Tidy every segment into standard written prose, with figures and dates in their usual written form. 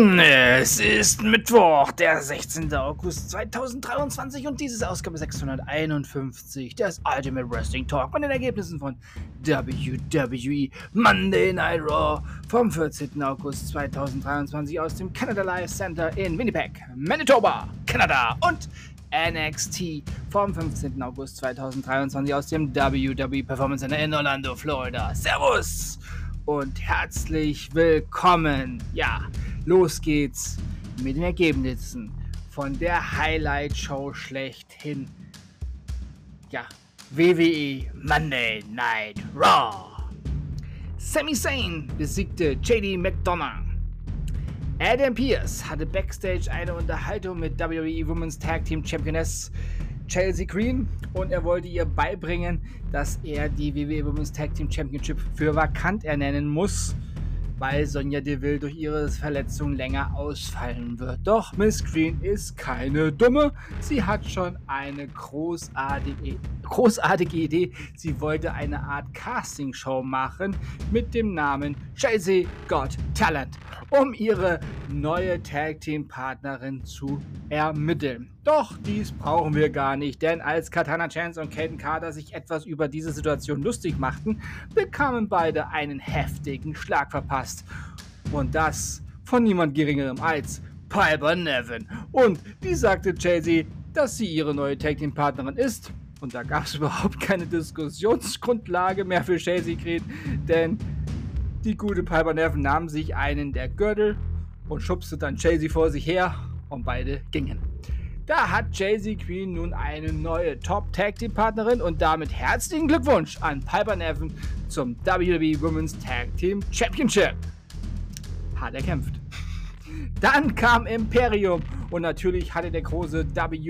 Es ist Mittwoch, der 16. August 2023 und diese ist Ausgabe 651 des Ultimate Wrestling Talk mit den Ergebnissen von WWE Monday Night Raw vom 14. August 2023 aus dem Canada Life Center in Winnipeg, Manitoba, Kanada und NXT vom 15. August 2023 aus dem WWE Performance Center in Orlando, Florida. Servus und herzlich willkommen. Ja, los geht's mit den Ergebnissen von der Highlight-Show schlechthin. Ja, WWE Monday Night Raw. Sami Zayn besiegte JD McDonough. Adam Pearce hatte backstage eine Unterhaltung mit WWE Women's Tag Team Championess Chelsea Green und er wollte ihr beibringen, dass er die WWE Women's Tag Team Championship für vakant ernennen muss, weil Sonya Deville durch ihre Verletzung länger ausfallen wird. Doch Miss Green ist keine Dumme. Sie hat schon eine großartige Idee. Sie wollte eine Art Castingshow machen mit dem Namen Chelsea Got Talent, um ihre neue Tag-Team-Partnerin zu ermitteln. Doch dies brauchen wir gar nicht, denn als Katana Chance und Kayden Carter sich etwas über diese Situation lustig machten, bekamen beide einen heftigen Schlag verpasst. Und das von niemand Geringerem als Piper Niven. Und die sagte Chelsea, dass sie ihre neue Tag-Team-Partnerin ist. Und da gab es überhaupt keine Diskussionsgrundlage mehr für Chelsea Green, denn die gute Piper Niven nahm sich einen der Gürtel und schubste dann Chelsea vor sich her und beide gingen. Da hat Chelsea Green nun eine neue Top-Tag-Team-Partnerin und damit herzlichen Glückwunsch an Piper Niven zum WWE Women's Tag Team Championship. Hart erkämpft. Dann kam Imperium und natürlich hatte der größte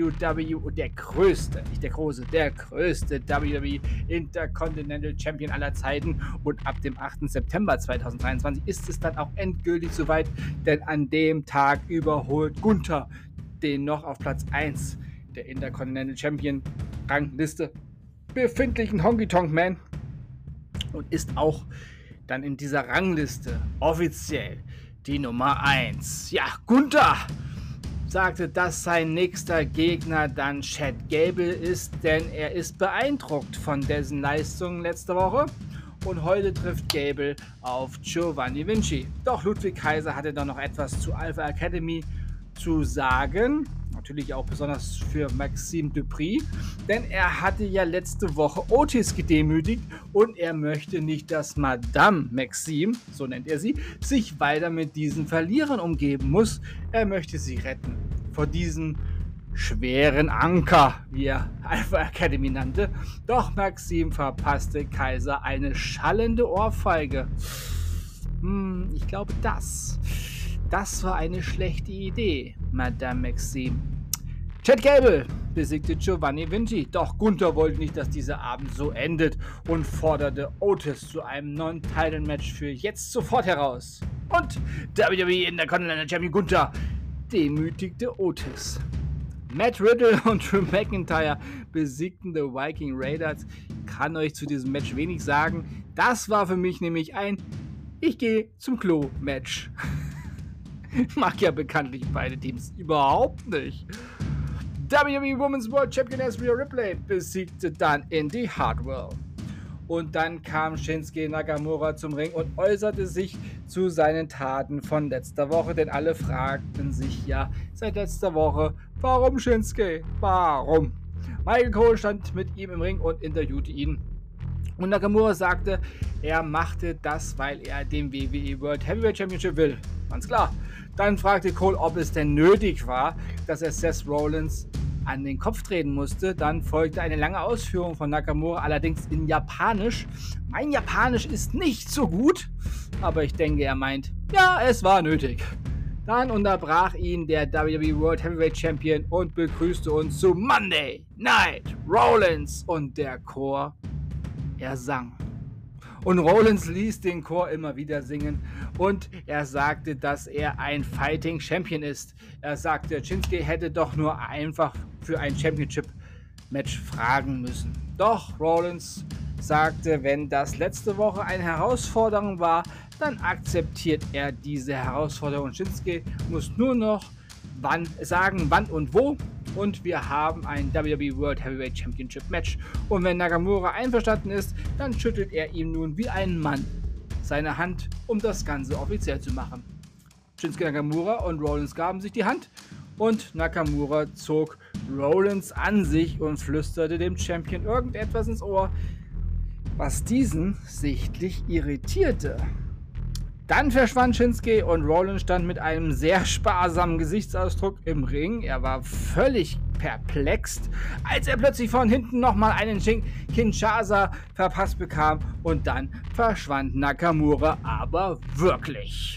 WWE Intercontinental Champion aller Zeiten und ab dem 8. September 2023 ist es dann auch endgültig soweit, denn an dem Tag überholt Gunther den noch auf Platz 1 der Intercontinental Champion Rangliste befindlichen Honky Tonk Man und ist auch dann in dieser Rangliste offiziell die Nummer 1. Ja, Gunther sagte, dass sein nächster Gegner dann Chad Gable ist, denn er ist beeindruckt von dessen Leistungen letzte Woche und heute trifft Gable auf Giovanni Vinci. Doch Ludwig Kaiser hatte dann noch etwas zu Alpha Academy zu sagen, natürlich auch besonders für Maxime Dupri, denn er hatte ja letzte Woche Otis gedemütigt und er möchte nicht, dass Madame Maxime, so nennt er sie, sich weiter mit diesen Verlierern umgeben muss. Er möchte sie retten vor diesem schweren Anker, wie er Alpha Academy nannte. Doch Maxime verpasste Kaiser eine schallende Ohrfeige. Ich glaube, das war eine schlechte Idee, Madame Maxime. Chad Gable besiegte Giovanni Vinci, doch Gunther wollte nicht, dass dieser Abend so endet und forderte Otis zu einem neuen Title-Match für jetzt sofort heraus. Und WWE Intercontinental Champion Gunther demütigte Otis. Matt Riddle und Drew McIntyre besiegten The Viking Raiders. Ich kann euch zu diesem Match wenig sagen. Das war für mich nämlich ein Ich gehe zum Klo-Match. Mag ja bekanntlich beide Teams überhaupt nicht. WWE Women's World Championess Rhea Ripley besiegte dann Indy Hartwell. Und dann kam Shinsuke Nakamura zum Ring und äußerte sich zu seinen Taten von letzter Woche, denn alle fragten sich ja seit letzter Woche, warum Shinsuke? Warum? Michael Cole stand mit ihm im Ring und interviewte ihn. Und Nakamura sagte, er machte das, weil er den WWE World Heavyweight Championship will. Ganz klar. Dann fragte Cole, ob es denn nötig war, dass er Seth Rollins an den Kopf treten musste. Dann folgte eine lange Ausführung von Nakamura, allerdings in Japanisch. Mein Japanisch ist nicht so gut, aber ich denke, er meint, ja, es war nötig. Dann unterbrach ihn der WWE World Heavyweight Champion und begrüßte uns zu Monday Night Rollins und der Chor, er sang. Und Rollins ließ den Chor immer wieder singen und er sagte, dass er ein Fighting Champion ist. Er sagte, Shinsuke hätte doch nur einfach für ein Championship Match fragen müssen. Doch Rollins sagte, wenn das letzte Woche eine Herausforderung war, dann akzeptiert er diese Herausforderung. Shinsuke muss nur noch sagen, wann und wo. Und wir haben ein WWE World Heavyweight Championship Match. Und wenn Nakamura einverstanden ist, dann schüttelt er ihm nun wie ein Mann seine Hand, um das Ganze offiziell zu machen. Shinsuke Nakamura und Rollins gaben sich die Hand und Nakamura zog Rollins an sich und flüsterte dem Champion irgendetwas ins Ohr, was diesen sichtlich irritierte. Dann verschwand Shinsuke und Rollins stand mit einem sehr sparsamen Gesichtsausdruck im Ring. Er war völlig perplex, als er plötzlich von hinten nochmal einen Kinshasa verpasst bekam und dann verschwand Nakamura aber wirklich.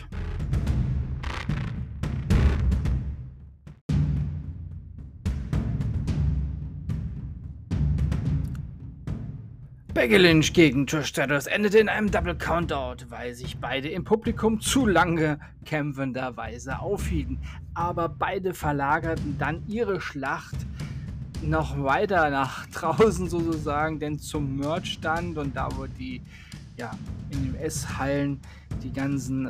Becky Lynch gegen Trish Stratus endete in einem Double Countout, weil sich beide im Publikum zu lange kämpfenderweise aufhielten. Aber beide verlagerten dann ihre Schlacht noch weiter nach draußen sozusagen, denn zum Merchstand und da wo die in den S-Hallen die ganzen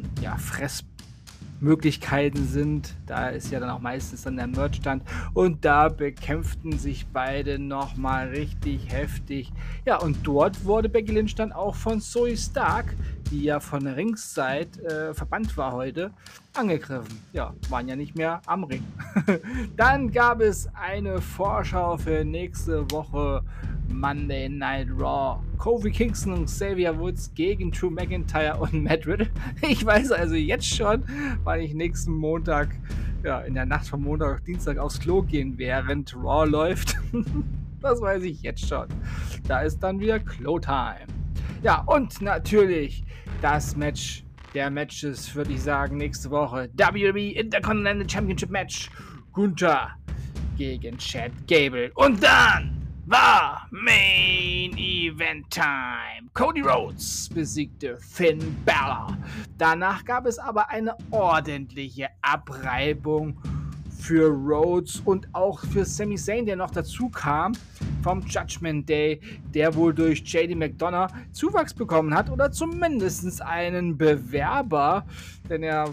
Fressmöglichkeiten sind, da ist ja dann auch meistens dann der Merchstand und da bekämpften sich beide nochmal richtig heftig. Ja, und dort wurde Becky Lynch dann auch von Zoey Stark, die ja von der Ringside verbannt war heute, angegriffen. Ja, waren ja nicht mehr am Ring. Dann gab es eine Vorschau für nächste Woche Monday Night Raw. Kofi Kingston und Xavier Woods gegen Drew McIntyre und Matt Riddle. Ich weiß also jetzt schon, weil ich nächsten Montag, in der Nacht von Montag auf Dienstag aufs Klo gehen, während Raw läuft. Das weiß ich jetzt schon. Da ist dann wieder Klo-Time. Ja, und natürlich das Match der Matches, würde ich sagen, nächste Woche. WWE Intercontinental Championship Match. Gunther gegen Chad Gable. Und dann war Main Event Time. Cody Rhodes besiegte Finn Balor. Danach gab es aber eine ordentliche Abreibung für Rhodes und auch für Sami Zayn, der noch dazu kam vom Judgment Day, der wohl durch JD McDonough Zuwachs bekommen hat oder zumindest einen Bewerber, denn er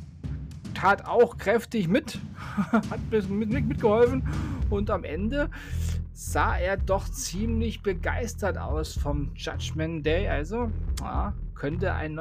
tat auch kräftig mit, hat mitgeholfen und am Ende sah er doch ziemlich begeistert aus vom Judgment Day, also könnte ein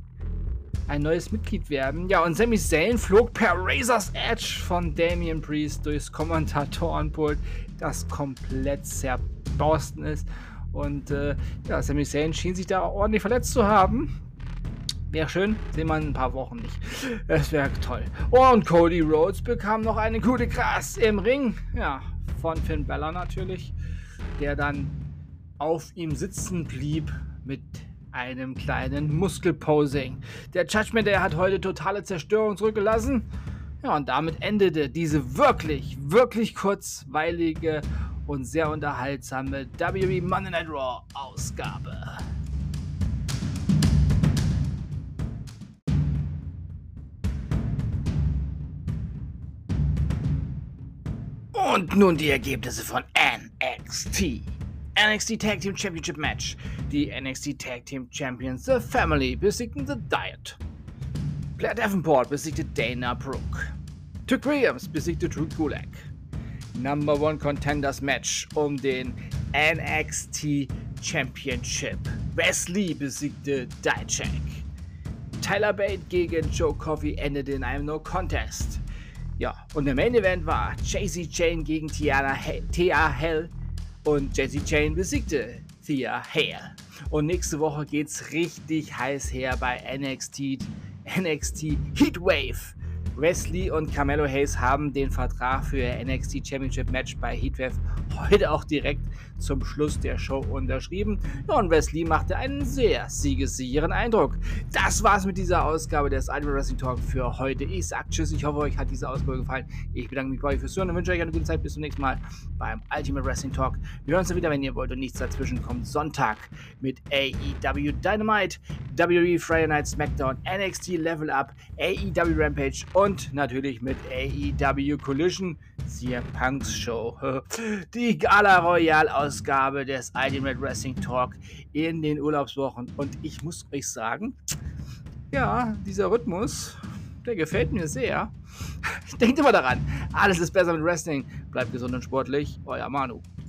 neues Mitglied werden. Ja, und Sami Zayn flog per Razor's Edge von Damian Priest durchs Kommentatorenpult, das komplett zerborsten ist. Und Sami Zayn schien sich da ordentlich verletzt zu haben. Wäre schön, sehen wir in ein paar Wochen nicht. Das wäre toll. Oh, und Cody Rhodes bekam noch eine gute Krass im Ring. Ja, von Finn Balor natürlich, der dann auf ihm sitzen blieb mit einem kleinen Muskelposing. Der Judgment Day hat heute totale Zerstörung zurückgelassen. Ja, und damit endete diese wirklich, wirklich kurzweilige und sehr unterhaltsame WWE Monday Night Raw Ausgabe. Und nun die Ergebnisse von NXT. NXT Tag Team Championship Match. Die NXT Tag Team Champions The Family besiegten The Diet. Blair Davenport besiegte Dana Brooke. Trick Williams besiegte Drew Gulak. Number One Contenders Match um den NXT Championship. Wes Lee besiegte Dijak. Tyler Bate gegen Joe Coffey endete in einem No Contest. Ja, und der Main Event war Jacy Jayne gegen Thea Hale und Jacy Jayne besiegte Thea Hale. Und nächste Woche geht's richtig heiß her bei NXT Heatwave. Wes Lee und Carmelo Hayes haben den Vertrag für ihr NXT Championship Match bei Heatwave heute auch direkt zum Schluss der Show unterschrieben. Ja, und Wes Lee machte einen sehr siegessicheren Eindruck. Das war's mit dieser Ausgabe des Ultimate Wrestling Talk für heute. Ich sag Tschüss, ich hoffe, euch hat diese Ausgabe gefallen. Ich bedanke mich bei euch fürs Zuhören und wünsche euch eine gute Zeit. Bis zum nächsten Mal beim Ultimate Wrestling Talk. Wir hören uns dann wieder, wenn ihr wollt und nichts dazwischen kommt. Sonntag mit AEW Dynamite, WWE Friday Night SmackDown, NXT Level Up, AEW Rampage und natürlich mit AEW Collision. CM Punks Show. Die Gala Royale Ausgabe des Ultimate Wrestling Talk in den Urlaubswochen. Und ich muss euch sagen, ja, dieser Rhythmus, der gefällt mir sehr. Denkt immer daran, alles ist besser mit Wrestling. Bleibt gesund und sportlich, euer Manu.